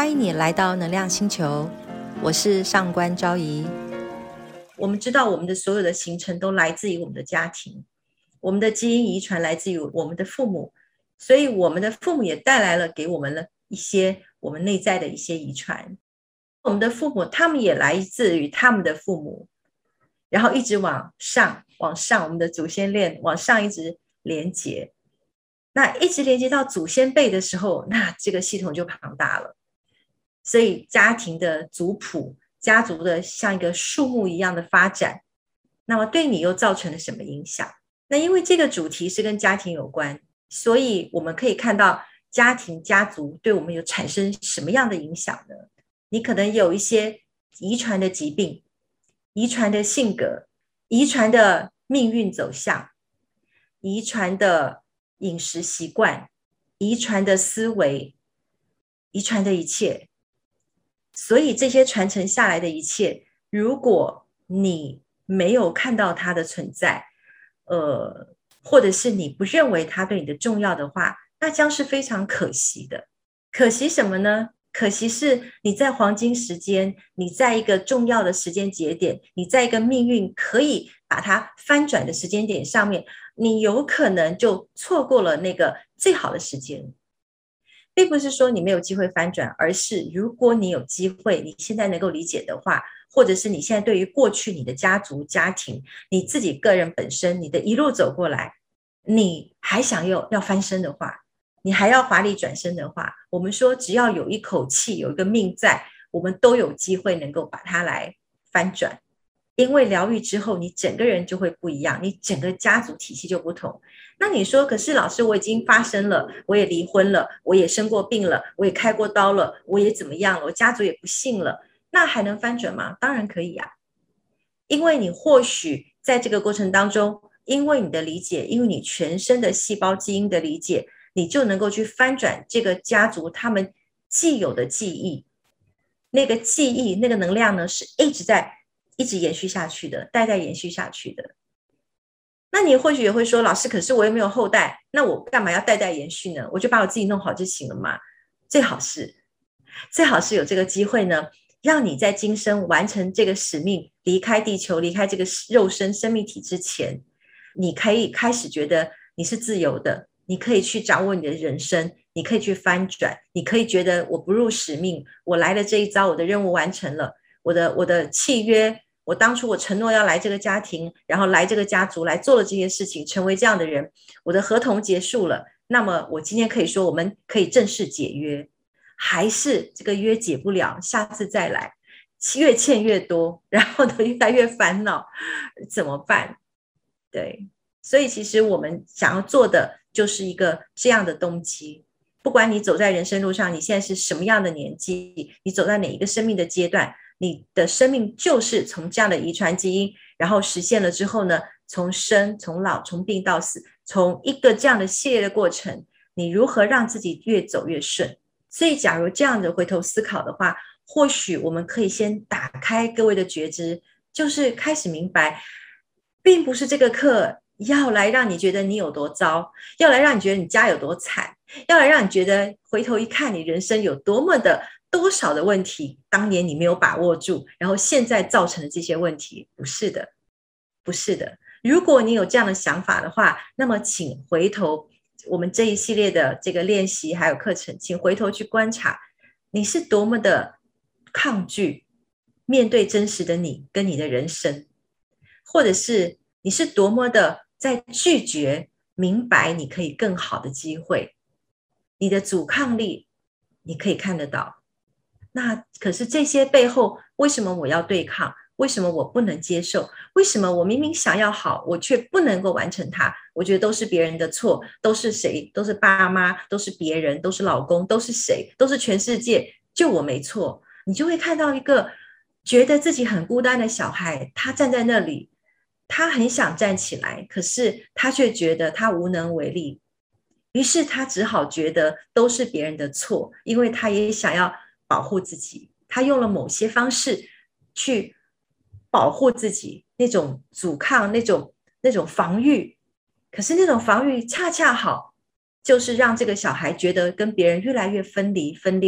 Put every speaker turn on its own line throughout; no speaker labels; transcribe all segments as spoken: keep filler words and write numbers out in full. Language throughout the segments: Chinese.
欢迎你来到能量星球，我是上官昭仪。我们知道我们的所有的形成都来自于我们的家庭，我们的基因遗传来自于我们的父母，所以我们的父母也带来了给我们了一些我们内在的一些遗传。我们的父母他们也来自于他们的父母，然后一直往上往上，我们的祖先链往上一直连接，那一直连接到祖先辈的时候，那这个系统就庞大了。所以家庭的族谱，家族的像一个树木一样的发展，那么对你又造成了什么影响？那因为这个主题是跟家庭有关，所以我们可以看到家庭家族对我们有产生什么样的影响呢？你可能有一些遗传的疾病，遗传的性格，遗传的命运走向，遗传的饮食习惯，遗传的思维，遗传的一切。所以这些传承下来的一切，如果你没有看到它的存在，呃，或者是你不认为它对你的重要的话，那将是非常可惜的。可惜什么呢？可惜是你在黄金时间，你在一个重要的时间节点，你在一个命运可以把它翻转的时间点上面，你有可能就错过了那个最好的时间。并不是说你没有机会翻转，而是如果你有机会，你现在能够理解的话，或者是你现在对于过去你的家族家庭，你自己个人本身，你的一路走过来，你还想要要翻身的话，你还要华丽转身的话，我们说只要有一口气，有一个命在，我们都有机会能够把它来翻转。因为疗愈之后，你整个人就会不一样，你整个家族体系就不同。那你说，可是老师，我已经发生了，我也离婚了，我也生过病了，我也开过刀了，我也怎么样了，我家族也不幸了，那还能翻转吗？当然可以啊。因为你或许在这个过程当中，因为你的理解，因为你全身的细胞基因的理解，你就能够去翻转这个家族他们既有的记忆。那个记忆，那个能量呢，是一直在一直延续下去的，代代延续下去的。那你或许也会说，老师，可是我又没有后代，那我干嘛要代代延续呢？我就把我自己弄好就行了嘛。最好是，最好是有这个机会呢，让你在今生完成这个使命，离开地球，离开这个肉身生命体之前，你可以开始觉得你是自由的，你可以去掌握你的人生，你可以去翻转，你可以觉得我不入使命，我来了这一遭，我的任务完成了，我的我的契约。我当初我承诺要来这个家庭，然后来这个家族来做了这些事情，成为这样的人，我的合同结束了，那么我今天可以说我们可以正式解约，还是这个约解不了，下次再来，越欠越多，然后呢越来越烦恼，怎么办？对，所以其实我们想要做的就是一个这样的动机。不管你走在人生路上，你现在是什么样的年纪，你走在哪一个生命的阶段，你的生命就是从这样的遗传基因，然后实现了之后呢，从生从老从病到死，从一个这样的系列的过程，你如何让自己越走越顺。所以假如这样的回头思考的话，或许我们可以先打开各位的觉知，就是开始明白，并不是这个课要来让你觉得你有多糟，要来让你觉得你家有多惨，要来让你觉得回头一看你人生有多么的多少的问题，当年你没有把握住，然后现在造成的这些问题。不是的，不是的。如果你有这样的想法的话，那么请回头我们这一系列的这个练习还有课程，请回头去观察你是多么的抗拒面对真实的你跟你的人生，或者是你是多么的在拒绝明白你可以更好的机会，你的阻抗力你可以看得到。那可是这些背后，为什么我要对抗？为什么我不能接受？为什么我明明想要好，我却不能够完成它？我觉得都是别人的错，都是谁？都是爸妈，都是别人，都是老公，都是谁？都是全世界，就我没错。你就会看到一个觉得自己很孤单的小孩，他站在那里，他很想站起来，可是他却觉得他无能为力。于是他只好觉得都是别人的错，因为他也想要保护自己，他用了某些方式去保护自己，那种阻抗，那种那种防御。可是那种防御恰恰好，就是让这个小孩觉得跟别人越来越分离分裂，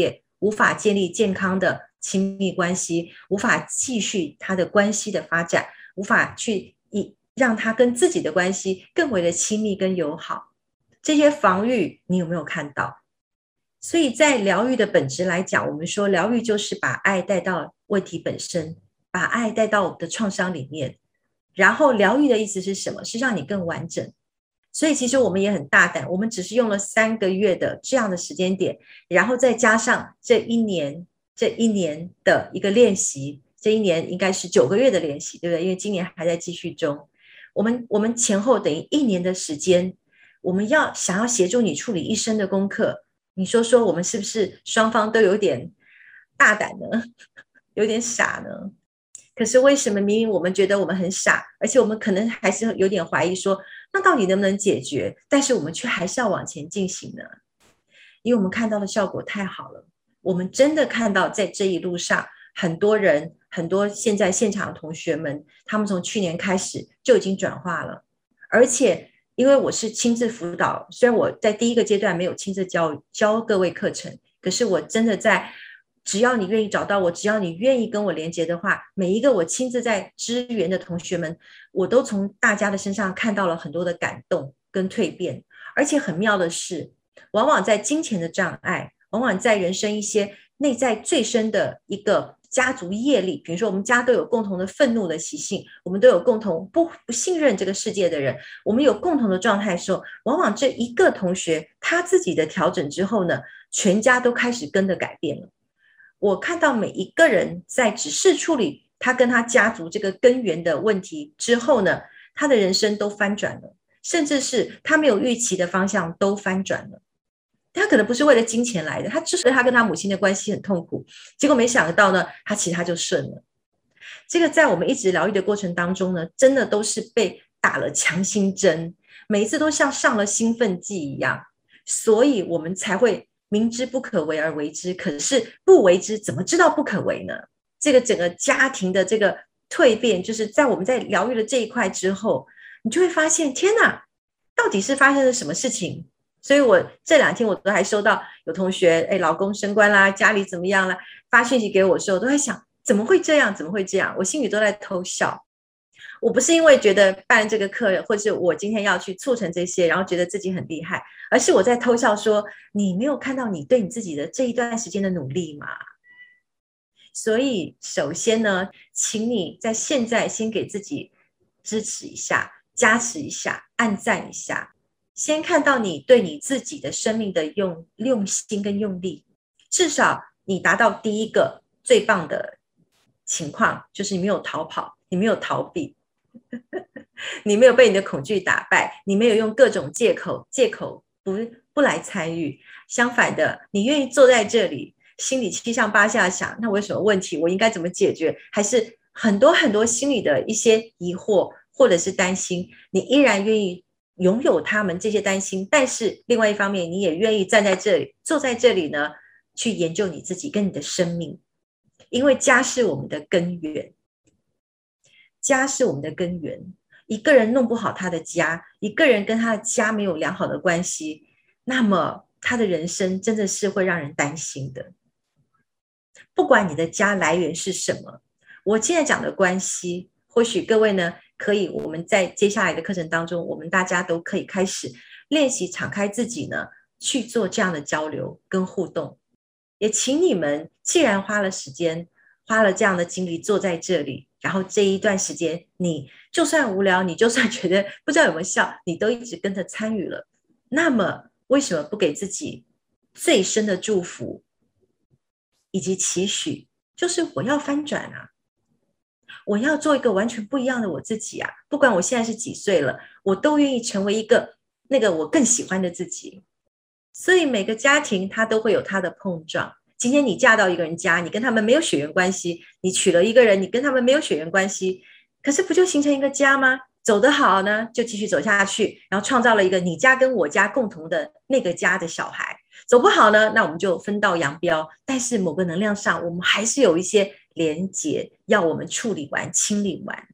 无法建立健康的亲密关系，无法继续他的关系的发展，无法去以让他跟自己的关系更为的亲密跟友好。这些防御你有没有看到？所以在疗愈的本质来讲，我们说疗愈就是把爱带到问题本身，把爱带到我们的创伤里面。然后疗愈的意思是什么？是让你更完整。所以其实我们也很大胆，我们只是用了三个月的这样的时间点，然后再加上这一年这一年的一个练习，这一年应该是九个月的练习，对不对？因为今年还在继续中。我们我们前后等于一年的时间，我们要想要协助你处理一生的功课，你说说我们是不是双方都有点大胆呢？有点傻呢？可是为什么明明我们觉得我们很傻，而且我们可能还是有点怀疑说，那到底能不能解决？但是我们却还是要往前进行呢？因为我们看到的效果太好了，我们真的看到在这一路上，很多人，很多现在现场的同学们，他们从去年开始就已经转化了，而且因为我是亲自辅导，虽然我在第一个阶段没有亲自教教各位课程，可是我真的在只要你愿意找到我，只要你愿意跟我连接的话，每一个我亲自在支援的同学们，我都从大家的身上看到了很多的感动跟蜕变。而且很妙的是，往往在金钱的障碍，往往在人生一些内在最深的一个家族业力，比如说我们家都有共同的愤怒的习性，我们都有共同 不, 不信任这个世界的人，我们有共同的状态的时候，往往这一个同学他自己的调整之后呢，全家都开始跟着改变了。我看到每一个人在只是处理他跟他家族这个根源的问题之后呢，他的人生都翻转了，甚至是他没有预期的方向都翻转了。他可能不是为了金钱来的，他就是他跟他母亲的关系很痛苦，结果没想到呢，他其他就顺了。这个在我们一直疗愈的过程当中呢，真的都是被打了强心针，每一次都像上了兴奋剂一样，所以我们才会明知不可为而为之，可是不为之怎么知道不可为呢？这个整个家庭的这个蜕变，就是在我们在疗愈了这一块之后，你就会发现天哪，到底是发生了什么事情？所以我这两天我都还收到有同学，哎，老公升官啦，家里怎么样啦，发讯息给我的时候，我都在想怎么会这样，怎么会这样？我心里都在偷笑。我不是因为觉得办这个课，或是我今天要去促成这些，然后觉得自己很厉害，而是我在偷笑说，你没有看到你对你自己的这一段时间的努力吗？所以首先呢，请你在现在先给自己支持一下，加持一下，按赞一下，先看到你对你自己的生命的用用心跟用力，至少你达到第一个最棒的情况，就是你没有逃跑，你没有逃避，你没有被你的恐惧打败，你没有用各种借口借口不不来参与，相反的，你愿意坐在这里，心里七上八下想，那我有什么问题，我应该怎么解决，还是很多很多心里的一些疑惑或者是担心，你依然愿意拥有他们这些担心，但是另外一方面，你也愿意站在这里，坐在这里呢，去研究你自己跟你的生命，因为家是我们的根源，家是我们的根源。一个人弄不好他的家，一个人跟他的家没有良好的关系，那么他的人生真的是会让人担心的。不管你的家来源是什么，我现在讲的关系，或许各位呢，可以我们在接下来的课程当中，我们大家都可以开始练习敞开自己呢，去做这样的交流跟互动。也请你们既然花了时间，花了这样的精力坐在这里，然后这一段时间你就算无聊，你就算觉得不知道有没有效，你都一直跟着参与了，那么为什么不给自己最深的祝福以及期许，就是我要翻转啊，我要做一个完全不一样的我自己啊，不管我现在是几岁了，我都愿意成为一个那个我更喜欢的自己。所以每个家庭它都会有它的碰撞，今天你嫁到一个人家，你跟他们没有血缘关系，你娶了一个人，你跟他们没有血缘关系，可是不就形成一个家吗？走得好呢，就继续走下去，然后创造了一个你家跟我家共同的那个家的小孩。走不好呢，那我们就分道扬镳，但是某个能量上我们还是有一些连结要我们处理完清理完。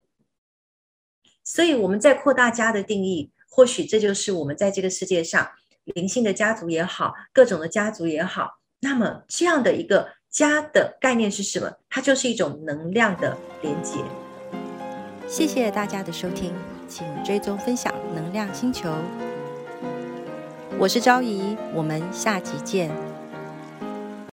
所以我们在扩大家的定义，或许这就是我们在这个世界上灵性的家族也好，各种的家族也好， 那么这样的一个家的概念是什么？它就是一种能量的连接。谢谢大家的收听，请追踪分享能量星球。我是昭仪，我们下集见。